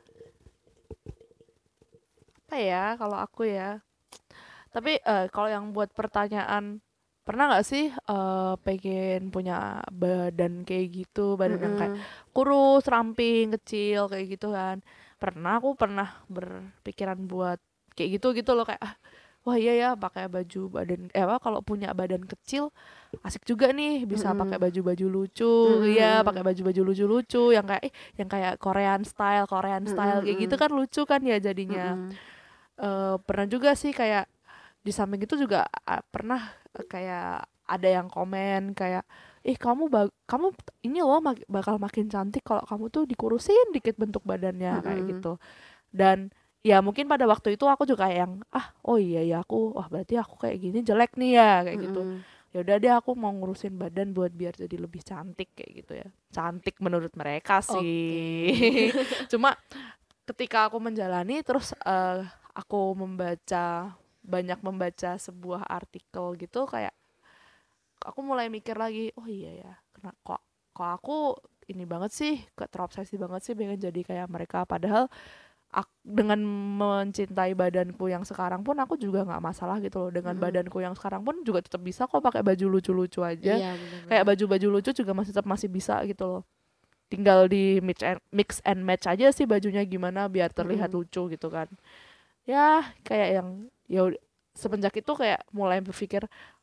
apa ya? Kalau aku ya. Tapi eh, kalau yang buat pertanyaan, pernah nggak sih eh, pengen punya badan kayak gitu, badan yang kayak Mm-mm. kurus, ramping, kecil kayak gitu kan? Pernah, aku pernah berpikiran buat kayak gitu gitu loh, kayak ah, wah iya ya pakai baju badan eh apa kalau punya badan kecil asik juga nih, bisa Mm-mm. pakai baju-baju lucu, Mm-mm. iya pakai baju-baju lucu-lucu yang kayak eh, yang kayak Korean style, Korean style kayak gitu Mm-mm. kan lucu kan ya jadinya. Mm-mm. Eh, pernah juga sih kayak di samping itu juga ah, pernah eh, kayak ada yang komen kayak ih kamu bag- kamu ini loh mak- bakal makin cantik kalau kamu tuh dikurusin dikit bentuk badannya kayak Mm-mm. gitu. Dan ya mungkin pada waktu itu aku juga yang ah oh iya ya aku wah berarti aku kayak gini jelek nih ya kayak gitu. Mm-mm. Ya udah deh aku mau ngurusin badan buat biar jadi lebih cantik kayak gitu ya. Cantik menurut mereka sih. Cuma ketika aku menjalani terus eh, aku membaca banyak membaca sebuah artikel gitu kayak aku mulai mikir lagi oh iya ya kena kok kok aku ini banget sih kok terobsesi banget sih pengen jadi kayak mereka, padahal ak- dengan mencintai badanku yang sekarang pun aku juga nggak masalah gitu loh dengan Mm-mm. badanku yang sekarang pun juga tetap bisa kok pakai baju lucu-lucu aja, Iya benar-benar. kayak baju-baju lucu juga masih tetap masih bisa gitu loh, tinggal di mix and, mix and match aja sih bajunya gimana biar terlihat Mm-mm. lucu gitu kan. Ya kayak yang ya ud- semenjak itu kayak mulai berpikir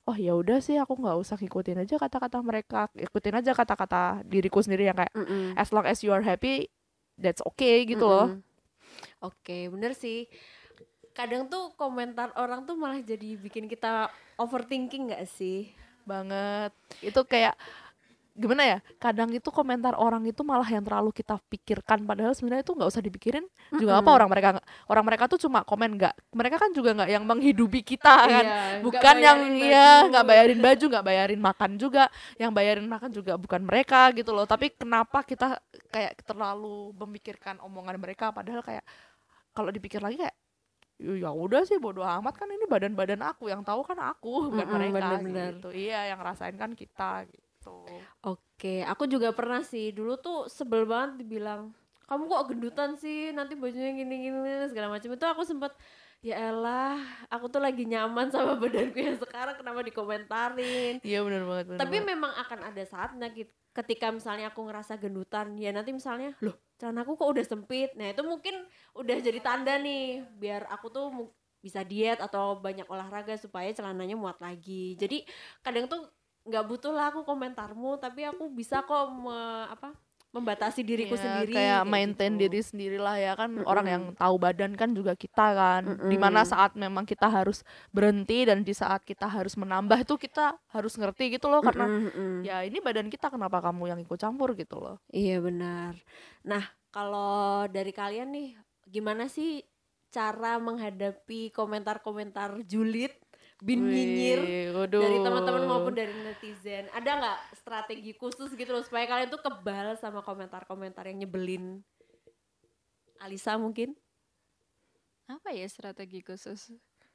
oh ya udah sih aku nggak usah ngikutin aja kata-kata mereka, ikutin aja kata-kata diriku sendiri yang kayak Mm-mm. as long as you are happy that's okay gitu loh. Mm-mm. Oke, bener sih. Kadang tuh komentar orang tuh malah jadi bikin kita overthinking gak sih? Banget. Itu kayak gimana ya, kadang itu komentar orang itu malah yang terlalu kita pikirkan, padahal sebenarnya itu nggak usah dipikirin juga apa, orang mereka orang mereka tuh cuma komen, nggak, mereka kan juga nggak yang menghidupi kita kan, Iya, bukan yang ya nggak baju. bayarin baju, nggak bayarin makan juga, yang bayarin makan juga bukan mereka gitu loh. Tapi kenapa kita kayak terlalu memikirkan omongan mereka, padahal kayak kalau dipikir lagi kayak ya udah sih bodo amat, kan ini badan-badan aku, yang tahu kan aku bukan Mm-mm, mereka bener-bener. gitu. Iya, yang ngerasain kan kita gitu. Oke, aku juga pernah sih, dulu tuh sebel banget dibilang, kamu kok gendutan sih, nanti bajunya gini-gini segala macam. Itu aku sempet, ya elah, aku tuh lagi nyaman sama badanku yang sekarang, kenapa dikomentarin. Iya benar banget, bener Tapi banget. memang akan ada saatnya gitu, ketika misalnya aku ngerasa gendutan, ya nanti misalnya, loh celanaku kok udah sempit. Nah itu mungkin udah jadi tanda nih, biar aku tuh mu- bisa diet atau banyak olahraga supaya celananya muat lagi. Jadi kadang tuh nggak butuh lah aku komentarmu, tapi aku bisa kok me- apa membatasi diriku Iya, sendiri kayak maintain gitu. diri sendirilah ya kan. Mm-mm. Orang yang tahu badan kan juga kita kan. Mm-mm. Dimana saat memang kita harus berhenti dan di saat kita harus menambah itu kita harus ngerti gitu loh, karena Mm-mm, mm-mm. ya ini badan kita, kenapa kamu yang ikut campur gitu loh. Iya benar. Nah kalau dari kalian nih, gimana sih cara menghadapi komentar-komentar julid, bin nyinyir Wih, waduh. dari teman-teman maupun dari netizen? Ada nggak strategi khusus gitu loh supaya kalian tuh kebal sama komentar-komentar yang nyebelin? Alisa mungkin? Apa ya strategi khusus?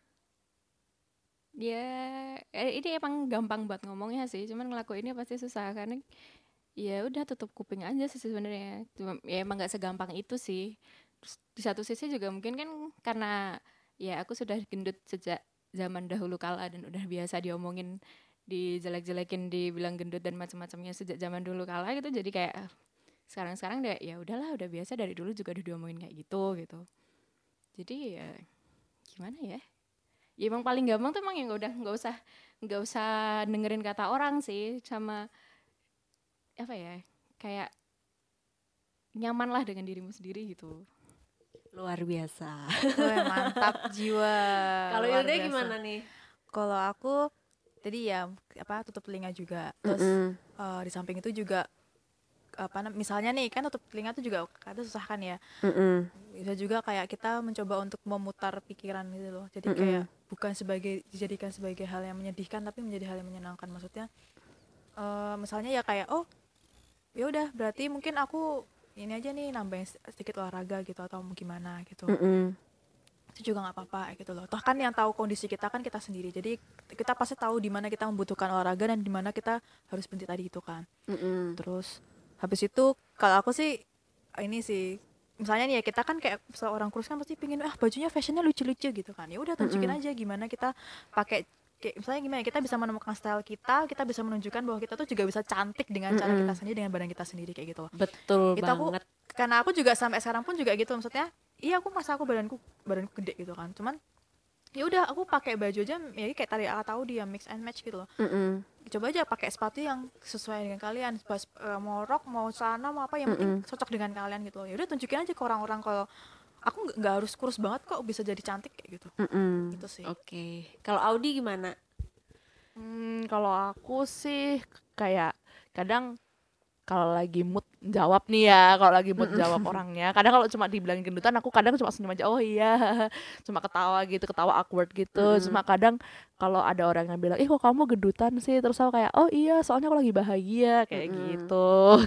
Ya, eh, ini emang gampang buat ngomongnya sih, cuman ngelakuinnya pasti susah karena ya udah tutup kuping aja sih sebenarnya. Cuma ya emang nggak segampang itu sih. Terus di satu sisi juga mungkin kan karena ya aku sudah gendut sejak zaman dahulu kala dan udah biasa diomongin, dijelek-jelekin, dibilang gendut dan macam-macamnya sejak zaman dulu kala gitu, jadi kayak ah, sekarang-sekarang deh ya udahlah, udah biasa, dari dulu juga udah diomongin kayak gitu gitu. Jadi ya gimana ya? Ya emang paling gampang tuh emang yang udah nggak usah nggak usah dengerin kata orang sih, sama apa ya, kayak nyamanlah dengan dirimu sendiri gitu. Luar biasa. Wah, mantap jiwa. Kalau luar Ilda biasa. gimana nih? Kalau aku tadi ya apa tutup telinga juga. Terus Mm-mm. eh, di samping itu juga apa nam- misalnya nih kan tutup telinga tuh juga kadang susah kan ya. Mm-mm. Bisa juga kayak kita mencoba untuk memutar pikiran gitu loh. Jadi Mm-mm. kayak bukan sebagai dijadikan sebagai hal yang menyedihkan, tapi menjadi hal yang menyenangkan. Maksudnya eh, misalnya ya kayak oh ya udah berarti mungkin aku ini aja nih nambahin sedikit olahraga gitu atau mau gimana gitu. Mm-mm. Itu juga nggak apa-apa gitu loh. Toh kan yang tahu kondisi kita kan kita sendiri. Jadi kita pasti tahu di mana kita membutuhkan olahraga dan di mana kita harus berhenti tadi itu kan. Mm-mm. Terus habis itu kalau aku sih ini sih misalnya nih ya kita kan kayak seorang kurus kan pasti pingin ah bajunya fashionnya lucu-lucu gitu kan. Ya udah tunjukin Mm-mm. aja gimana kita pakai kayak misalnya gimana kita bisa menemukan style kita, kita bisa menunjukkan bahwa kita tuh juga bisa cantik dengan cara Mm-mm. kita sendiri, dengan badan kita sendiri kayak gitu loh. Betul Itu aku banget. karena aku juga sampai sekarang pun juga gitu, maksudnya iya aku merasa aku badanku badanku gede gitu kan, cuman ya udah aku pakai baju aja ya kayak tadi aku tahu dia mix and match gitu loh. Mm-mm. Coba aja pakai sepatu yang sesuai dengan kalian, Pas, uh, mau rok mau celana mau apa yang penting Mm-mm. cocok dengan kalian gitu loh. Ya udah tunjukin aja ke orang-orang kalau aku nggak nggak harus kurus banget kok bisa jadi cantik kayak gitu. Mm-mm. Gitu sih. Oke. Kalau Audi gimana? Hmm, kalau aku sih kayak kadang kalau lagi mood jawab nih ya, kalau lagi mood jawab orangnya. Kadang kalau cuma dibilangin gendutan, aku kadang cuma senyum aja, oh iya, cuma ketawa gitu, ketawa awkward gitu. Mm-mm. Cuma kadang kalau ada orang yang bilang, ih kok kamu gendutan sih, terus aku kayak, oh iya, soalnya aku lagi bahagia kayak Mm-mm. gitu.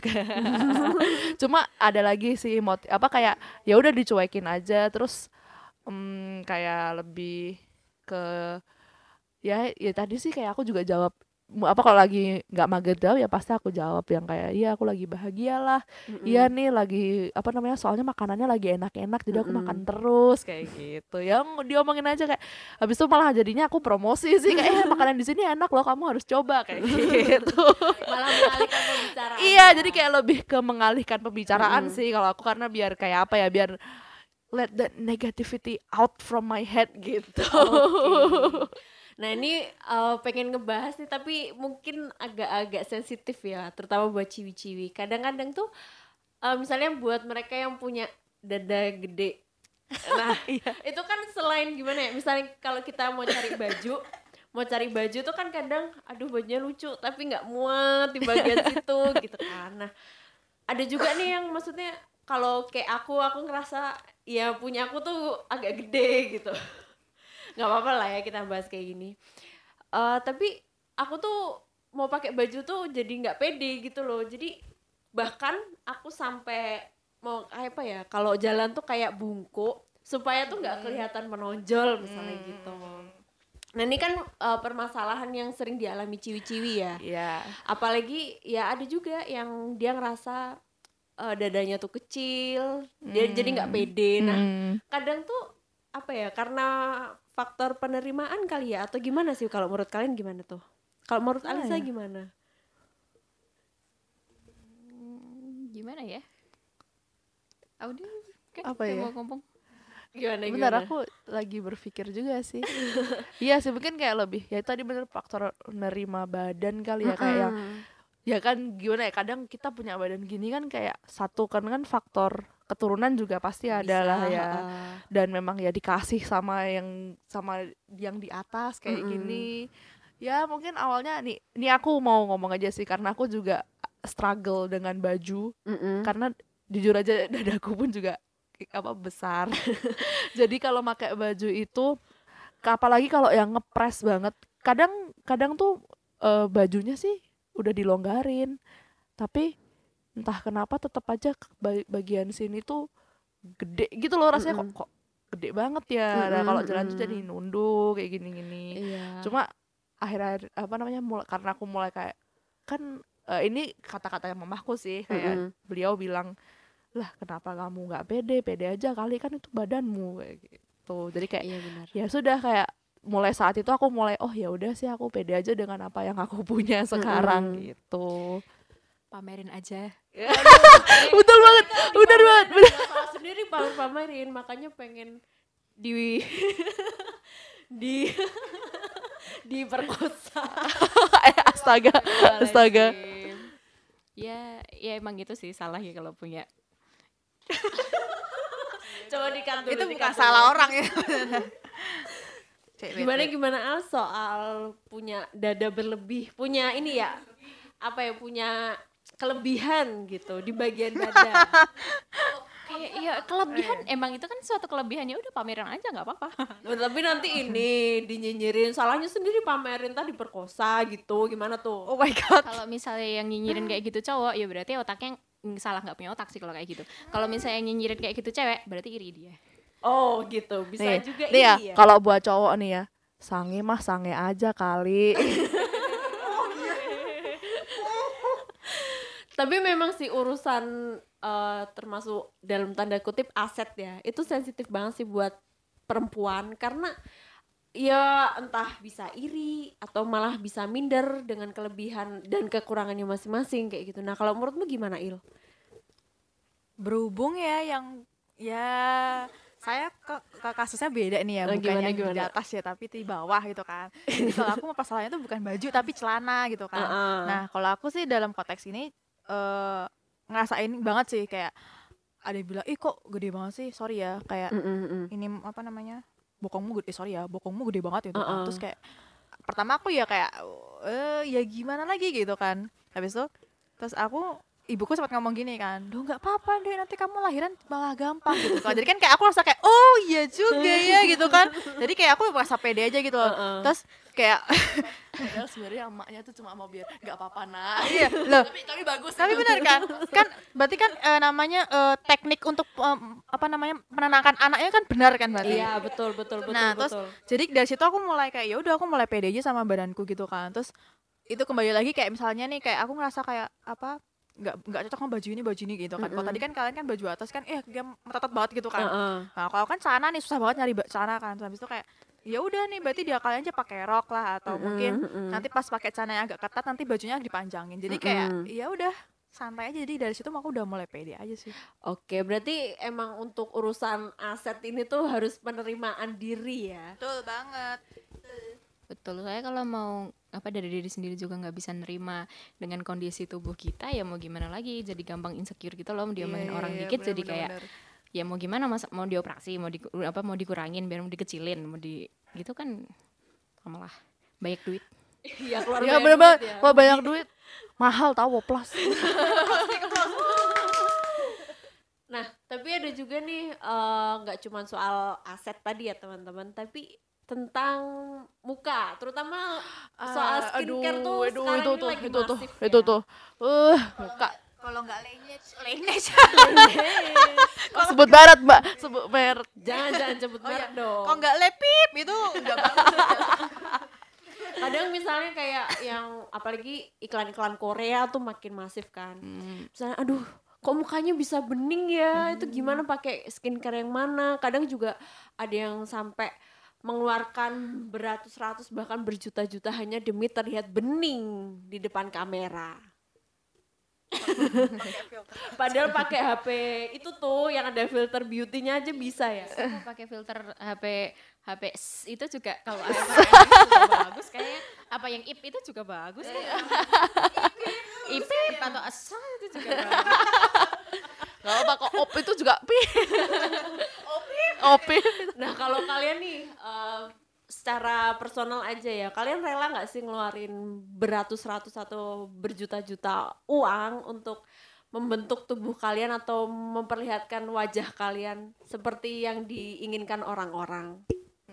Cuma ada lagi sih moti- apa kayak ya udah dicuekin aja, terus hmm, kayak lebih ke ya ya tadi sih kayak aku juga jawab mu- apa kalau lagi nggak mager jawab ya pasti aku jawab yang kayak iya aku lagi bahagia lah, Mm-mm. iya nih lagi apa namanya soalnya makanannya lagi enak-enak jadi aku Mm-mm. makan terus kayak gitu ya, ng- diomongin aja kayak habis itu malah jadinya aku promosi sih kayak eh makanan di sini enak loh kamu harus coba kayak gitu. Malah mengalihkan pembicaraan. Iya, ya. jadi kayak lebih ke mengalihkan pembicaraan Mm-mm. sih kalau aku, karena biar kayak apa ya, biar let that negativity out from my head gitu. Oke. Nah ini uh, pengen ngebahas nih tapi mungkin agak-agak sensitif ya, terutama buat ciwi-ciwi. Kadang-kadang tuh uh, misalnya buat mereka yang punya dada gede. Nah itu kan selain gimana ya, misalnya kalau kita mau cari baju, mau cari baju tuh kan kadang aduh bajunya lucu tapi nggak muat di bagian situ gitu kan. Nah ada juga nih yang maksudnya kalau kayak aku, aku ngerasa ya punya aku tuh agak gede gitu. Nggak apa-apa lah ya kita bahas kayak gini. Uh, tapi aku tuh mau pakai baju tuh jadi nggak pede gitu loh. Jadi bahkan aku sampai mau apa ya, kalau jalan tuh kayak bungkuk supaya tuh nggak kelihatan menonjol misalnya gitu. Nah ini kan uh, permasalahan yang sering dialami ciwi-ciwi ya. Iya. Apalagi ya ada juga yang dia ngerasa uh, dadanya tuh kecil, dia jadi nggak pede. Nah kadang tuh apa ya, karena faktor penerimaan kali ya, atau gimana sih kalau menurut kalian gimana tuh? Kalau menurut Ah, Alisa ya. gimana? Hmm, gimana ya? Audi kan Apa kayak ya? mau ngomong. Gimana Bentar, gimana? aku lagi berpikir juga sih. Iya sih, mungkin kayak lebih ya tadi bener faktor nerima badan kali ya, kayak yang ya kan gimana ya, kadang kita punya badan gini kan kayak satu kan kan faktor keturunan juga pasti ada lah ya, uh, dan memang ya dikasih sama yang sama yang di atas kayak Mm-mm. gini ya. Mungkin awalnya nih ini aku mau ngomong aja sih, karena aku juga struggle dengan baju, karena jujur aja dadaku pun juga apa besar. Jadi kalau pakai baju itu, apalagi kalau yang ngepres banget, kadang kadang tuh eh, bajunya sih udah dilonggarin, tapi entah kenapa tetap aja ke ba- bagian sini tuh gede gitu loh rasanya. Mm-mm. kok kok gede banget ya. Nah, kalau jalan tuh Mm-mm. jadi nunduk kayak gini-gini. Iya. Cuma akhir-akhir apa namanya mulai, karena aku mulai kayak kan eh, ini kata-kata yang mamahku sih, kayak Mm-mm. beliau bilang, lah kenapa kamu nggak pede, pede aja kali, kan itu badanmu kayak gitu. Jadi kayak Iya benar. ya sudah, kayak mulai saat itu aku mulai oh ya udah sih, aku pede aja dengan apa yang aku punya sekarang. Mm-mm. Gitu. Pamerin aja. Betul banget, bener banget, bener. Salah sendiri pamer-pamerin, makanya pengen di di diperkosa. astaga, astaga. Ya, ya emang gitu sih salah ya kalau punya. Coba dikat dulu. Itu dikat bukan dulu. salah orang ya. Cek, wait, Gimana wait. gimana Al soal punya dada berlebih, punya ini ya, apa ya, punya kelebihan gitu di bagian dada. Kayak ya kelebihan, emang itu kan suatu kelebihan, ya udah pamerin aja nggak apa-apa. Tapi nanti ini dinyinyirin, salahnya sendiri pamerin, tadi diperkosa gitu, gimana tuh? Oh my god. Kalau misalnya yang nyinyirin kayak gitu cowok, ya berarti otaknya ng- salah, nggak punya otak sih kalau kayak gitu. Kalau misalnya yang nyinyirin kayak gitu cewek, berarti iri dia. Oh gitu, bisa Nih, juga nih ya, ini ya. kalau buat cowok nih ya, sange mah sange aja kali. Tapi memang sih urusan eh, termasuk dalam tanda kutip aset ya, itu sensitif banget sih buat perempuan, karena ya entah bisa iri atau malah bisa minder dengan kelebihan dan kekurangannya masing-masing kayak gitu. Nah kalau menurutmu gimana Il? Berhubung ya yang ya saya ke, ke kasusnya beda nih ya, Oh, bukan gimana, yang di gimana? atas ya, tapi di bawah gitu kan. Jadi kalau aku masalahnya tuh bukan baju tapi celana gitu kan. Uh-uh. Nah kalau aku sih dalam konteks ini eh ngerasain banget sih, kayak ada yang bilang, ih kok gede banget sih, sorry ya, kayak Mm-mm-mm. ini apa namanya, bokongmu gede, sorry ya, bokongmu gede banget gitu kan. Uh-uh. Terus kayak pertama aku ya kayak eh ya gimana lagi gitu kan. Habis itu terus aku, ibuku sempat ngomong gini kan, duh nggak apa-apa deh, nanti kamu lahiran malah gampang gitu kan. Jadi kan kayak aku rasa kayak oh iya juga ya gitu kan. Jadi kayak aku merasa pede aja gitu loh. Uh-uh. Terus kayak Padahal sebenarnya emaknya tuh cuma mau biar nggak apa-apa nak. iya loh, tapi tapi bagus. tapi benar kan, kan berarti kan eh, namanya eh, teknik untuk em, apa namanya menenangkan anaknya kan benar kan berarti. Iya betul betul betul Nah, terus betul. jadi dari situ aku mulai kayak ya udah, aku mulai pede aja sama badanku gitu kan. Terus itu kembali lagi kayak misalnya nih, kayak aku ngerasa kayak apa, nggak nggak cocok sama baju ini baju ini gitu kan. Kalau Mm-mm. tadi kan kalian kan baju atas kan eh dia metetot banget gitu kan. Uh-uh. Nah kalau kan celana nih susah banget nyari ba- celana kan. Terus habis itu kayak ya udah nih, berarti dia kalian aja pakai rok lah, atau Mm-mm, mungkin mm-mm. nanti pas pakai celana yang agak ketat nanti bajunya dipanjangin. Jadi kayak Mm-mm. ya udah santai aja. Jadi dari situ aku udah mulai pede aja sih. Oke, berarti emang untuk urusan aset ini tuh harus penerimaan diri ya. Betul banget. Betul, saya kalau mau apa dari diri sendiri juga nggak bisa nerima dengan kondisi tubuh kita, ya mau gimana lagi, jadi gampang insecure gitu loh, diomelin Iya, orang iya, dikit bener, jadi bener, kayak bener. ya mau gimana, masa mau dioperasi, mau di apa mau dikurangin biar mau dikecilin, mau di gitu kan malah banyak duit. Iya, keluar Iya banyak bener duit banget, ya. wah banyak duit, mahal tau Woplas. Nah, tapi ada juga nih eh, nggak cuma soal aset tadi ya teman-teman, tapi tentang muka, terutama soal Ah, skincare aduh, tuh aduh, sekarang itu ini tuh, lagi itu tuh, masif itu ya. tuh, uh, muka. Kalau nggak lineage, lineage. Sebut barat mbak, sebut merek. Jangan jangan sebut Oh iya. merek dong. Kalau nggak lepip itu nggak bagus. Kadang misalnya kayak yang apalagi iklan-iklan Korea tuh makin masif kan. Hmm. Misalnya aduh kok mukanya bisa bening ya, itu gimana pakai skincare yang mana. Kadang juga ada yang sampai mengeluarkan beratus-ratus bahkan berjuta-juta hanya demi terlihat bening di depan kamera. Padahal pakai H P itu tuh yang ada filter beauty-nya aja bisa ya. Aku pakai filter H P H P S itu juga kalau apa juga bagus kayaknya, apa yang ip itu juga bagus kan. Ip atau asam itu juga bagus. Gak apa kok op itu juga pi. Opi. Nah kalau kalian nih eh, secara personal aja ya, kalian rela nggak sih ngeluarin beratus-ratus atau berjuta-juta uang untuk membentuk tubuh kalian atau memperlihatkan wajah kalian seperti yang diinginkan orang-orang?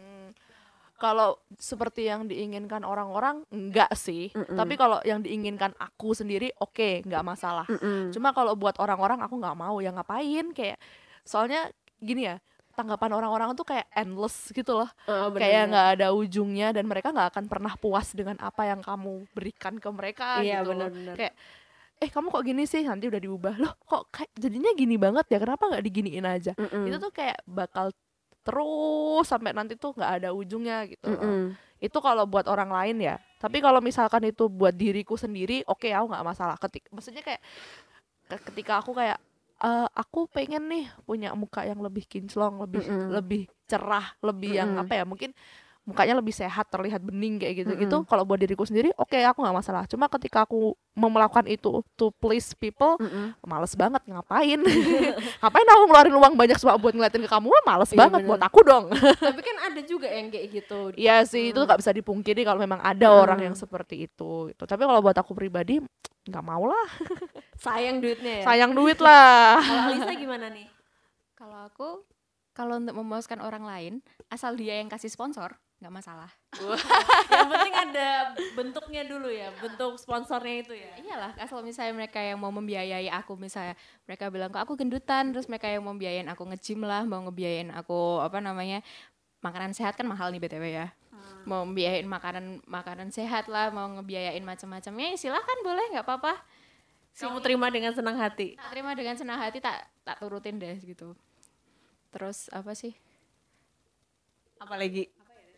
Kalau seperti yang diinginkan orang-orang enggak sih. Mm-mm. Tapi kalau yang diinginkan aku sendiri oke, enggak masalah. Mm-mm. Cuma kalau buat orang-orang aku nggak mau, ya ngapain kayak soalnya gini ya, tanggapan orang-orang tuh kayak endless gitu loh. Oh, bener. Kayak nggak ada ujungnya dan mereka nggak akan pernah puas dengan apa yang kamu berikan ke mereka Iya, gitu. benar-benar. Kayak eh kamu kok gini sih, nanti udah diubah loh, kok kayak jadinya gini banget ya, kenapa nggak diginiin aja. Mm-mm. Itu tuh kayak bakal terus sampai nanti tuh nggak ada ujungnya gitu loh. Mm-mm. Itu kalau buat orang lain ya, tapi kalau misalkan itu buat diriku sendiri oke, aku nggak masalah. Ketik maksudnya kayak ke- ketika aku kayak eh, aku pengen nih punya muka yang lebih kinclong, lebih Mm-mm. lebih cerah, lebih yang Mm-mm. apa ya, mungkin mukanya lebih sehat, terlihat bening kayak gitu gitu. Mm-mm. Kalau buat diriku sendiri oke, aku nggak masalah. Cuma ketika aku mau melakukan itu to please people, Mm-mm. males banget, ngapain ngapain aku ngeluarin uang banyak cuma buat ngeliatin ke kamu, mah males Iya, banget bener. buat aku dong. Tapi kan ada juga yang kayak gitu. Iya sih, itu nggak bisa dipungkiri kalau memang ada Hmm. orang yang seperti itu gitu. Tapi kalau buat aku pribadi nggak mau lah, Sayang duitnya ya. sayang duit lah. Kalau Alisa gimana nih? Kalau aku kalau untuk memuaskan orang lain, asal dia yang kasih sponsor nggak masalah. Yang penting ada bentuknya dulu ya, bentuk sponsornya itu ya. Iyalah, asal misalnya mereka yang mau membiayai aku, misalnya mereka bilang kok aku gendutan, terus mereka yang mau biayain aku nge-gym lah, mau ngebiayain aku apa namanya makanan sehat, kan mahal nih B T W ya. Mau biayain makanan makanan sehat lah, mau ngebiayain macam-macamnya, ya silahkan boleh, nggak apa-apa. Kamu terima dengan senang hati. Tak terima dengan senang hati, tak tak turutin deh gitu. Terus apa sih? Apalagi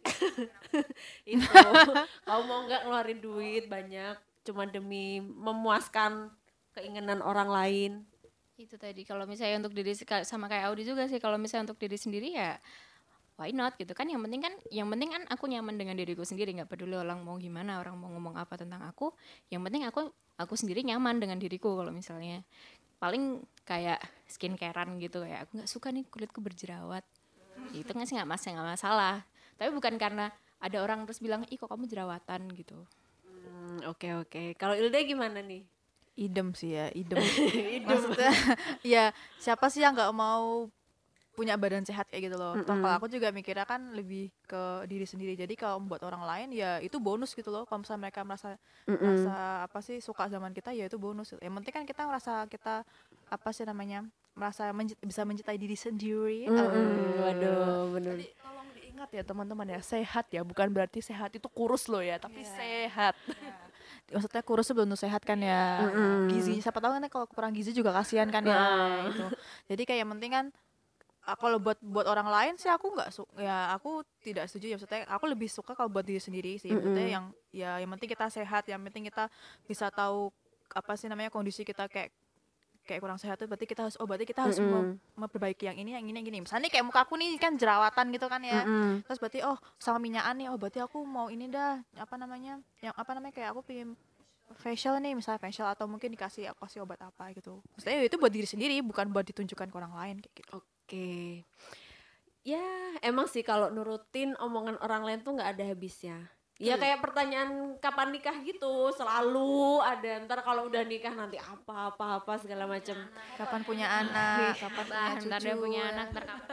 itu kamu mau nggak ngeluarin duit banyak cuma demi memuaskan keinginan orang lain. Itu tadi, kalau misalnya untuk diri sama kayak Audi juga sih, kalau misalnya untuk diri sendiri ya why not gitu kan. Yang penting kan yang penting kan aku nyaman dengan diriku sendiri, nggak peduli orang mau gimana, orang mau ngomong apa tentang aku, yang penting aku aku sendiri nyaman dengan diriku. Kalau misalnya paling kayak skincarean gitu, kayak aku nggak suka nih kulitku berjerawat, itu nggak sih nggak mas nggak masalah, tapi bukan karena ada orang terus bilang ih kok kamu jerawatan gitu. Hmm, oke oke. Kalau Ilda gimana nih? Idem sih ya, idem. Maksudnya ya siapa sih yang nggak mau punya badan sehat kayak gitu loh. Toh Mm-mm. kalau aku juga mikirnya kan lebih ke diri sendiri. Jadi kalau membuat orang lain ya itu bonus gitu loh. Kalau misalnya mereka merasa merasa apa sih suka zaman kita, ya itu bonus. Yang penting kan kita merasa kita apa sih namanya, merasa menci- bisa mencintai diri sendiri. Mm-mm. Eh, Waduh, bener. Jadi tolong diingat ya teman-teman ya, sehat ya, bukan berarti sehat itu kurus loh ya, tapi sehat. Maksudnya kurus itu belum tentu sehat kan ya. Mm-mm. Gizi siapa tahu kan kalau kurang gizi juga kasihan kan ya. Nah. Itu. Jadi kayak yang penting kan ah, kalau buat buat orang lain sih aku nggak su ya aku tidak setuju ya. Maksudnya aku lebih suka kalau buat diri sendiri sih. Maksudnya yang ya yang penting kita sehat, yang penting kita bisa tahu apa sih namanya kondisi kita kayak kayak kurang sehat tuh berarti kita harus oh berarti kita harus Mm-mm. mem- memperbaiki yang ini yang ini yang ini. Misalnya nih kayak muka aku nih kan jerawatan gitu kan ya. Mm-mm. Terus berarti oh sama minyakan nih oh berarti aku mau ini dah apa namanya yang apa namanya kayak aku pengen facial nih misalnya facial atau mungkin dikasih aku kasih obat apa gitu. Maksudnya itu buat diri sendiri bukan buat ditunjukkan ke orang lain kayak gitu. Oke. Ya, emang sih kalau nurutin omongan orang lain tuh nggak ada habisnya. Ya kayak pertanyaan kapan nikah gitu, selalu ada. Ntar kalau udah nikah nanti apa apa apa segala macam. Kapan punya anak, kapan punya Bah, cucu. ntar dia punya anak, ntar kapan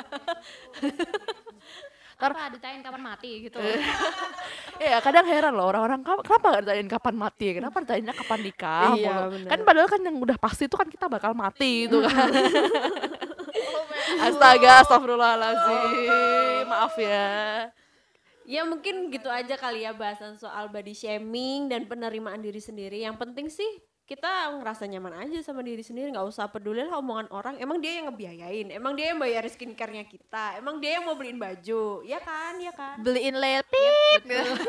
Ntar- apa ditanyain kapan mati gitu. Ya kadang heran loh orang-orang "Kap- kenapa gak ditanyain kapan mati, kenapa ditanya kapan nikah Iya, mulu?" bener. Kan padahal kan yang udah pasti itu kan kita bakal mati gitu kan. Astaga, astagfirullahaladzim, maaf ya. Ya mungkin gitu aja kali ya bahasan soal body shaming dan penerimaan diri sendiri. Yang penting sih kita ngerasa nyaman aja sama diri sendiri, nggak usah peduli lah omongan orang. Emang dia yang ngebiayain, emang dia yang bayar skincare-nya kita, emang dia yang mau beliin baju, ya kan, ya kan. Beliin lel pip.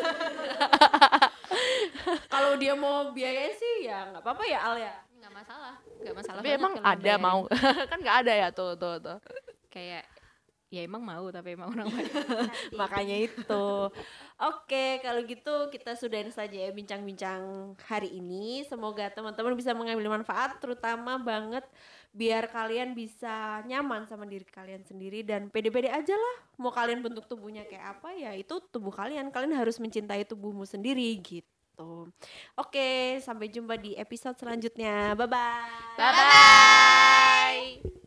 Kalau dia mau biayain sih ya nggak apa-apa ya Al ya. Nggak masalah, nggak masalah. Tapi banget emang kalau ada dibayarin. mau. Kan nggak ada ya tuh tuh tuh. Kayak ya emang mau tapi emang orang lain. Makanya itu. Oke, kalau gitu kita sudahin saja ya bincang-bincang hari ini. Semoga teman-teman bisa mengambil manfaat, terutama banget biar kalian bisa nyaman sama diri kalian sendiri dan pede-pede aja lah. Mau kalian bentuk tubuhnya kayak apa ya itu tubuh kalian. Kalian harus mencintai tubuhmu sendiri gitu. Oke, sampai jumpa di episode selanjutnya. Bye-bye. Bye bye.